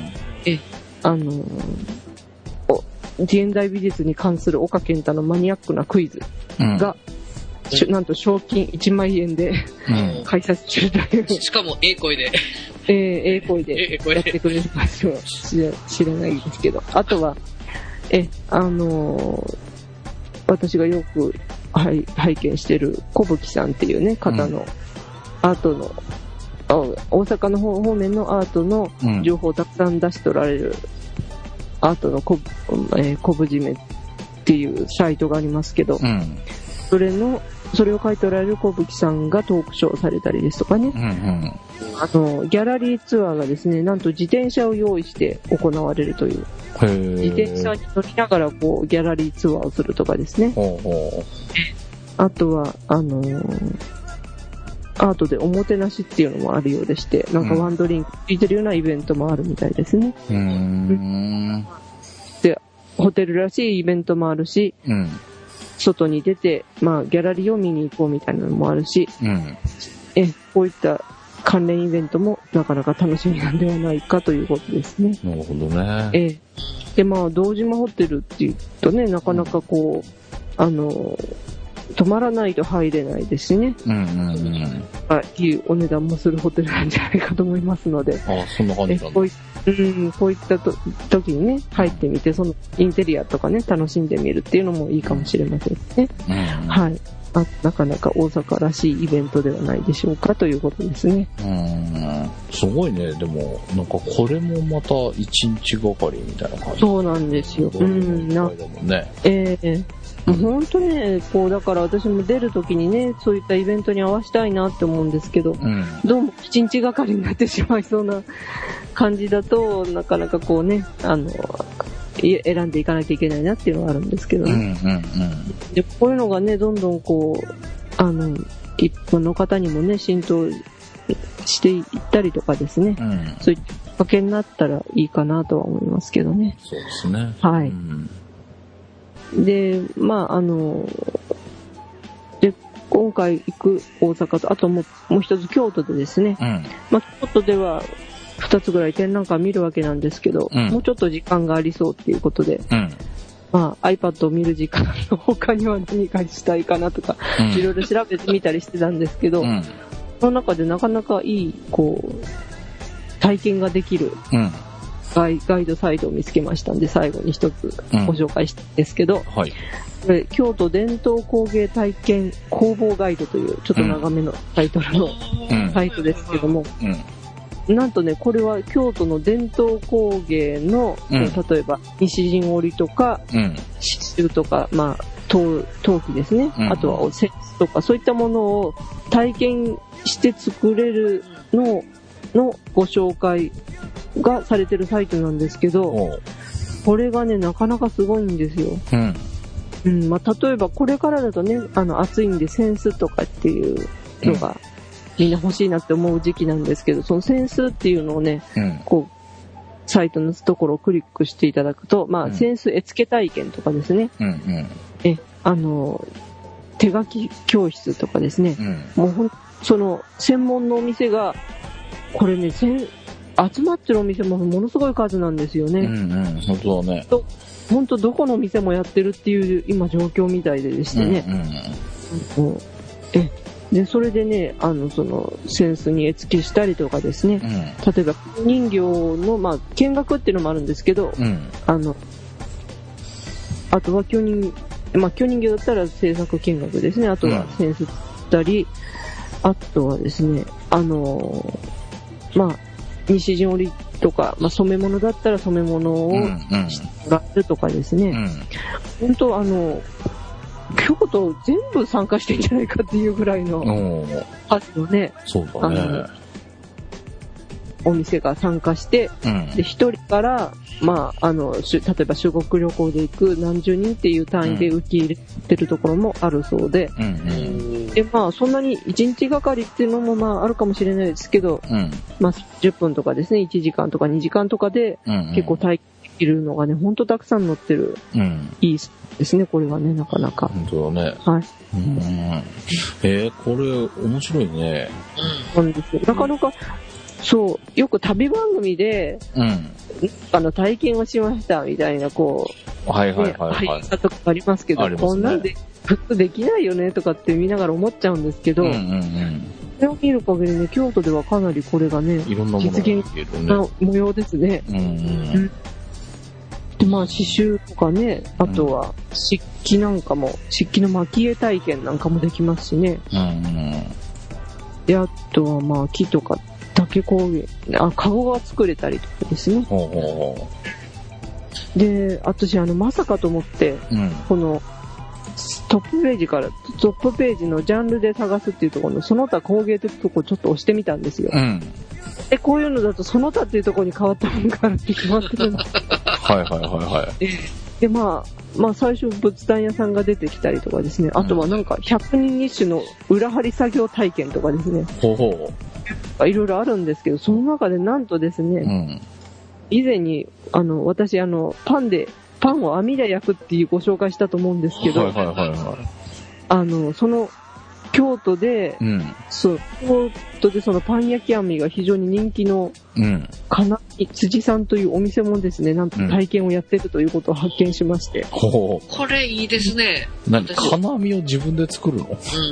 Speaker 1: えあのー現代美術に関する岡健太のマニアックなクイズが、うん、なんと賞金いちまんえんで、うん、開催中という。
Speaker 3: しかもええ声で。
Speaker 1: えー、ええ声でやってくれるかは知らないですけど。あとは、え、あのー、私がよく拝見してる小吹さんっていうね、方のアートの、うん、大阪の方面のアートの情報をたくさん出し取られる、アートのこ、えー、こぶじめっていうサイトがありますけど、うん、それのそれを書いておられる小吹さんがトークショーされたりですとかね、うんうん、あのギャラリーツアーがですねなんと自転車を用意して行われるという、自転車に乗りながらこうギャラリーツアーをするとかですね、ほうほう、あとはあのー、アートでおもてなしっていうのもあるようでして、なんかワンドリンクついてるようなイベントもあるみたいですね。うーんで、ホテルらしいイベントもあるし、うん、外に出て、まあ、ギャラリーを見に行こうみたいなのもあるし、うん、えこういった関連イベントもなかなか楽しみなんではないかということですね。
Speaker 2: なるほどね。
Speaker 1: えで、まあ、堂島ホテルっていうとね、なかなかこう、あの、 泊まらないと入れないですしね。
Speaker 2: うんうんうん。
Speaker 1: あ、いいお値段もするホテルなんじゃないかと思いますので。
Speaker 2: ああ、そんな感じなんだ。
Speaker 1: こうい、うん、こういったと時にね、入ってみて、そのインテリアとかね、楽しんでみるっていうのもいいかもしれませんね。
Speaker 2: うんうん、
Speaker 1: はい。あ、なかなか大阪らしいイベントではないでしょうかということですね。
Speaker 2: うん。すごいね。でも、なんかこれもまた一日がかりみたいな感じ。
Speaker 1: そうなんですよ。うん。な、
Speaker 2: ね、
Speaker 1: ええーもう本当ね、こうだから私も出るときにね、そういったイベントに合わせたいなって思うんですけど、うん、どうも一日がかりになってしまいそうな感じだと、なかなかこうね、あの、選んでいかなきゃいけないなっていうのはあるんですけどね。うんうんうん、でこういうのがね、どんどんこう、あの、一般の方にもね、浸透していったりとかですね、うん、そういったきっかけになったらいいかなとは思いますけどね。
Speaker 2: そうですね。
Speaker 1: はい。うんで、まあ、あの、で、今回行く大阪と、あともう、もう一つ京都でですね、うん、まあ、京都では二つぐらい展覧会見るわけなんですけど、うん、もうちょっと時間がありそうっていうことで、うん、まあ、iPad を見る時間の他には何かしたいかなとか、うん、いろいろ調べてみたりしてたんですけど、うん、その中でなかなかいい、こう、体験ができる、うんガイ、ガイドサイトを見つけましたんで最後に一つご紹介したんですけど、うんはい、これ京都伝統工芸体験工房ガイドというちょっと長めのタイトルのサイトですけども、うんうん、なんとねこれは京都の伝統工芸の、うん、例えば西陣織とか刺繍とか、まあ、陶器ですね、うん、あとは扇子とかそういったものを体験して作れるののご紹介がされてるサイトなんですけど、これがねなかなかすごいんですよ。うんうんまあ、例えばこれからだとねあの暑いんで扇子とかっていうのがみんな欲しいなって思う時期なんですけど、その扇子っていうのをね、うん、こうサイトのところをクリックしていただくと、まあ、扇子絵付け体験とかですね、うんうん、えあの手書き教室とかですね、うん、もうほんその専門のお店がこれね集まってるお店もものすごい数なんですよね。うんうん、本当だね。本当どこの店もやってるっていう今状況みたいででしてね。うんうんうん、えでそれでねあのその扇子に絵付けしたりとかですね。うん、例えば人形のまあ見学っていうのもあるんですけど、うん、あのあとは京人まあ京人形だったら制作見学ですね。あとは扇子ったり、うん、あとはですねあのまあ西陣織とか、まあ、染め物だったら染め物をしてもらえるとかですね、うんうん、本当あの京都全部参加してんじゃないかっていうぐらいの数のね、
Speaker 2: そうだね、あの
Speaker 1: お店が参加して、うん、で一人から、まあ、あの例えば修学旅行で行く何十人っていう単位で受け入れてるところもあるそうで、うんうん、でまあそんなにいちにちがかりっていうのもまああるかもしれないですけど、うんまあ、じゅっぷんとかですねいちじかんとかにじかんとかで結構体験できるのがね本当たくさん載ってる、うん、いいですねこれはねなかなか
Speaker 2: 本当だね、
Speaker 1: はい
Speaker 2: うん、えー、これ面白いね。
Speaker 1: なんですよなかなかそうよく旅番組で、うん、あの体験をしましたみたいなこう
Speaker 2: はいはいはいはい、
Speaker 1: ね、とかありますけど、ね、こんなんで普通できないよねとかって見ながら思っちゃうんですけど、うんうんうん、それを見る限りね京都ではかなりこれがね
Speaker 2: いろんなものが
Speaker 1: 実現な模様ですね。うんうんうんでまあ刺繍とかねあとは漆器なんかも漆器の蒔絵体験なんかもできますしね、うんうん、であとはまあ木とか竹工芸あカゴが作れたりとかですね。ほうほうほうで私あのまさかと思って、うん、このトップページからトップページのジャンルで探すっていうところのその他工芸っていうところちょっと押してみたんですよ、うん、でこういうのだとその他っていうところに変わったものがあるって決まってるんです
Speaker 2: はいはいはいはい
Speaker 1: で, でまあまあ最初仏壇屋さんが出てきたりとかですねあとはなんかひゃくにん一首の裏張り作業体験とかですねほうほういろいろあるんですけどその中でなんとですね、うん、以前にあの私あのパンでパンを網で焼くっていうご紹介したと思うんですけど、はいはいはいはい、あのその京都で、
Speaker 2: うん、
Speaker 1: そう京都でそのパン焼き網が非常に人気の、うん、金井辻さんというお店もですね、なんと体験をやってるということを発見しまして。
Speaker 3: うん、これいいですね。
Speaker 2: 何、金網を自分で作るの？うん。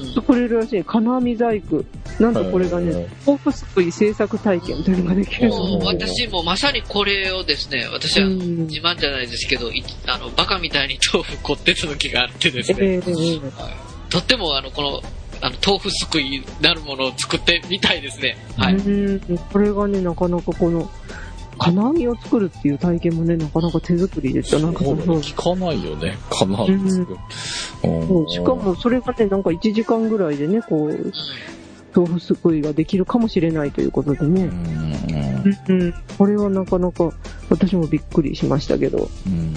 Speaker 1: 作れるらしい。金網細工。なんとこれがね、豆腐すくい制作体験というのができる
Speaker 3: そう私もまさにこれをですね、私は自慢じゃないですけど、うん、あのバカみたいに豆腐凝ってた時があってですね。えー、とってもあのこのあの豆腐すくいなるものを作ってみたいですね。はい。
Speaker 1: うんこれがね、なかなかこの金網を作るっていう体験もね、なかなか手作りですよ。なんかそう
Speaker 2: 聞かないよね、金網作る。
Speaker 1: うん、しかもそれがね、なんかいちじかんぐらいでね、こう豆腐すくいができるかもしれないということでね。うん、うん、これはなかなか私もびっくりしましたけど。うん、うん、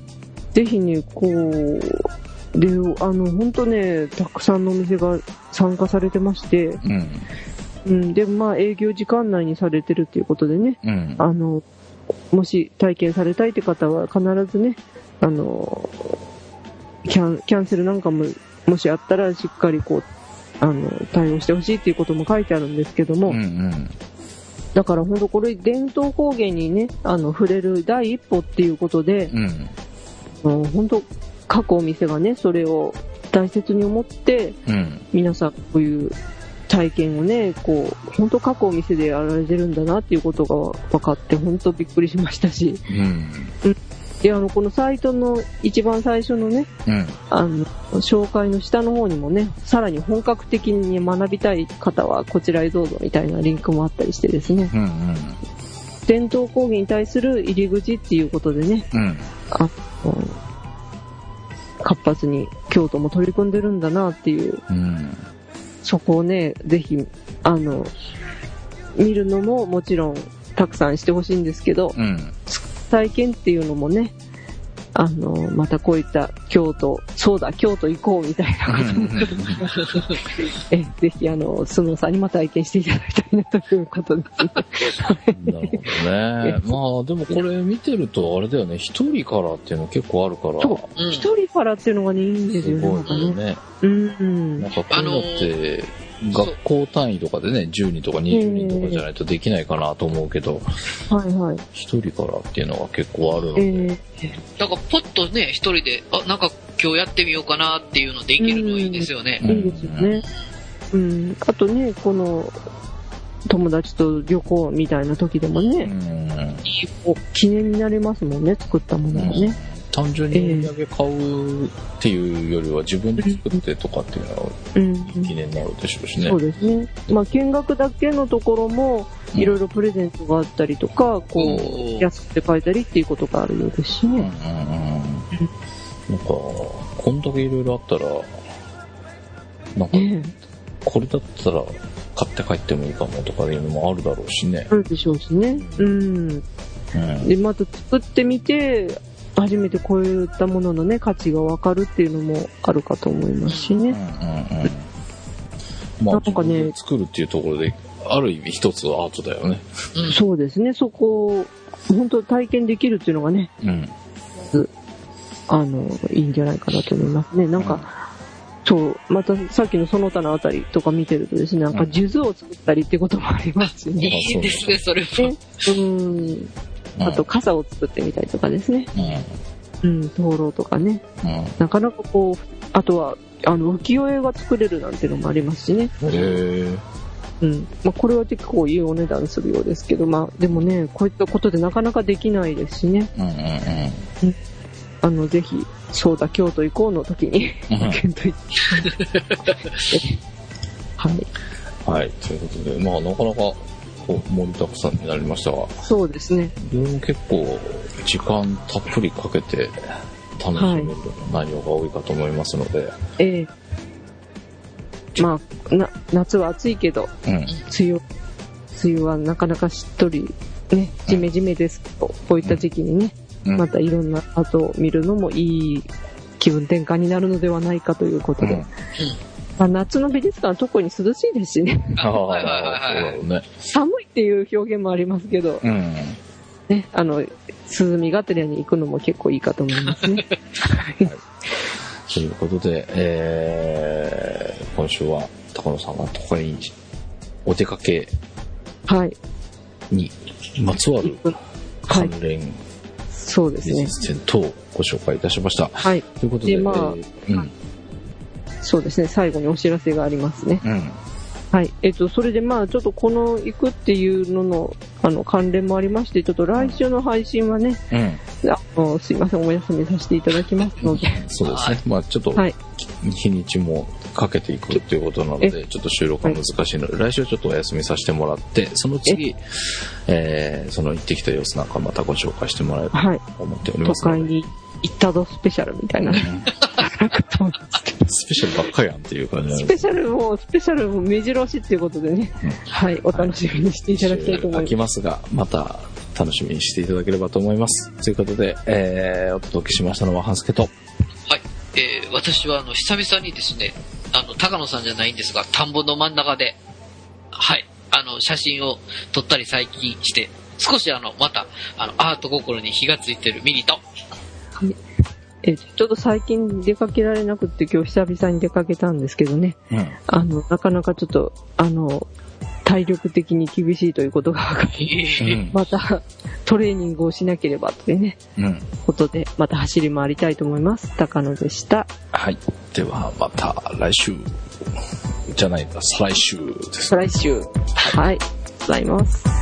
Speaker 1: ぜひね、こう。で、あの、本当ね、たくさんのお店が参加されてまして、うんうん、で、まあ、営業時間内にされてるっていうことでね、うん、あの、もし体験されたいって方は必ずね、あの、キャン、キャンセルなんかも、もしあったらしっかりこう、あの、対応してほしいっていうことも書いてあるんですけども、うんうん、だから本当これ伝統工芸にね、あの、触れる第一歩っていうことで、うん、本当各お店がねそれを大切に思って、うん、皆さんこういう体験をねこう本当各お店でやられてるんだなっていうことが分かって本当びっくりしましたし、うんうん、であのこのサイトの一番最初のね、うん、あの紹介の下の方にもねさらに本格的に学びたい方はこちらへどうぞみたいなリンクもあったりしてですね、うんうん、伝統工芸に対する入り口っていうことでね、うん、あ活発に京都も取り組んでるんだなっていう、うん、そこをねぜひあの見るのももちろんたくさんしてほしいんですけど、うん、体験っていうのもねあのまたこういった京都そうだ京都行こうみたいなこともえぜひあのスノーさんにも体験していただきたいなということですね。
Speaker 2: なるほどね。まあでもこれ見てるとあれだよね一人からっていうの結構あるから
Speaker 1: そう一、うん、人からっていうのがねいいんですよね。
Speaker 2: すごいよね。うん、なんかこういうのって学校単位とかでねじゅうにんとかにじゅうにんとかじゃないとできないかなと思うけど、はいはい、一人からっていうのが結構あるので、え
Speaker 3: ー、なんかポッとね一人であなんか今日やってみようかなっていうのできるのいいですよね。
Speaker 1: うん、いいですよね。うん、あとねこの友達と旅行みたいな時でもね、うん、記念になりますもんね作ったものがね。うん
Speaker 2: 単純にお土産買うっていうよりは自分で作ってとかっていうのは記念になるでしょうしね、
Speaker 1: うん、そうですね、まあ、見学だけのところもいろいろプレゼントがあったりとかこう安くて買えたりっていうことがあるようですしね、うんうんうん、
Speaker 2: なんかこんだけいろいろあったらなんかこれだったら買って帰ってもいいかもとかいうのもあるだろうしね。
Speaker 1: あるでしょうしね、うん、うん、でまた作ってみて初めてこういったもののね価値が分かるっていうのもあるかと思いますしね。うんうんうん、
Speaker 2: まあなんかね作るっていうところである意味一つアートだよね。
Speaker 1: そうですね。そこを本当体験できるっていうのがね、うん、あのいいんじゃないかなと思いますね。なんか、うん、そうまたさっきのその他のあたりとか見てるとですねなんか数珠を作ったりっていうこともありますしね。
Speaker 3: いいですねそれも。
Speaker 1: うんあと傘を作ってみたりとかですね、うん、うん、灯籠とかね、うん、なかなかこうあとはあの浮世絵が作れるなんていうのもありますしね。へー、うんまあ、これは結構いいお値段するようですけど、まあ、でもねこういったことでなかなかできないですしね、うんうんうん、あのぜひそうだ京都行こうの時に検討い
Speaker 2: はい、はい、ということでまあなかなか盛りだくさんになりましたが
Speaker 1: そうですね
Speaker 2: でも結構時間たっぷりかけて楽しめる内容が多いかと思いますので、はい、え
Speaker 1: えまあな夏は暑いけど、うん、梅雨梅雨はなかなかしっとりねジメジメですけど、うん、こういった時期にね、うん、またいろんなアートを見るのもいい気分転換になるのではないかということで、うんまあ、夏の美術館は特に涼しいですしね。はいはいはいはい、寒いっていう表現もありますけど、うんね、あの涼みがてらに行くのも結構いいかと思いますね。はい、
Speaker 2: ということで、えー、今週は高野さんが都会にお出かけにまつわる関連、はい、
Speaker 1: そうですね。
Speaker 2: 技術点等をご紹介いたしました。
Speaker 1: はい。
Speaker 2: ということで、
Speaker 1: でまあ、
Speaker 2: えーうん、そう
Speaker 1: ですね。最後にお知らせがありますね。
Speaker 2: うん。
Speaker 1: はい。えっと、それでまあ、ちょっとこの行くっていうのの、あの、関連もありまして、ちょっと来週の配信はね、うん、あの、すいません、お休みさせていただきますので。
Speaker 2: そうですね。まあ、ちょっと、はい、日にちもかけていくっていうことなので、ちょっと収録が難しいので、はい、来週ちょっとお休みさせてもらって、その次、えー、その行ってきた様子なんかまたご紹介してもらえればと思っておりますので。
Speaker 1: はい、都会に行ったぞスペシャルみたいな。
Speaker 2: スペシャルばっかりやんっていう感じなんです。
Speaker 1: スペシャルも、スペシャルも目白押しっていうことでね、うん、はい、お楽しみにしていただきたいと思います。
Speaker 2: 飽きますが、また楽しみにしていただければと思います。ということで、えー、お届けしましたのはハンスケと。はい、
Speaker 3: えー、私はあの、久々にですね、あの、高野さんじゃないんですが、田んぼの真ん中で、はい、あの、写真を撮ったり最近して、少しあの、また、あの、アート心に火がついてるミリと。
Speaker 1: はい。えちょっと最近出かけられなくって今日久々に出かけたんですけどね、うん、あのなかなかちょっとあの体力的に厳しいということが分かり、うん、またトレーニングをしなければというね、うん、ことでまた走り回りたいと思います。高野でした。
Speaker 2: はい、ではまた来週じゃないか再来週です、
Speaker 1: 再来週はい、はい、ございます。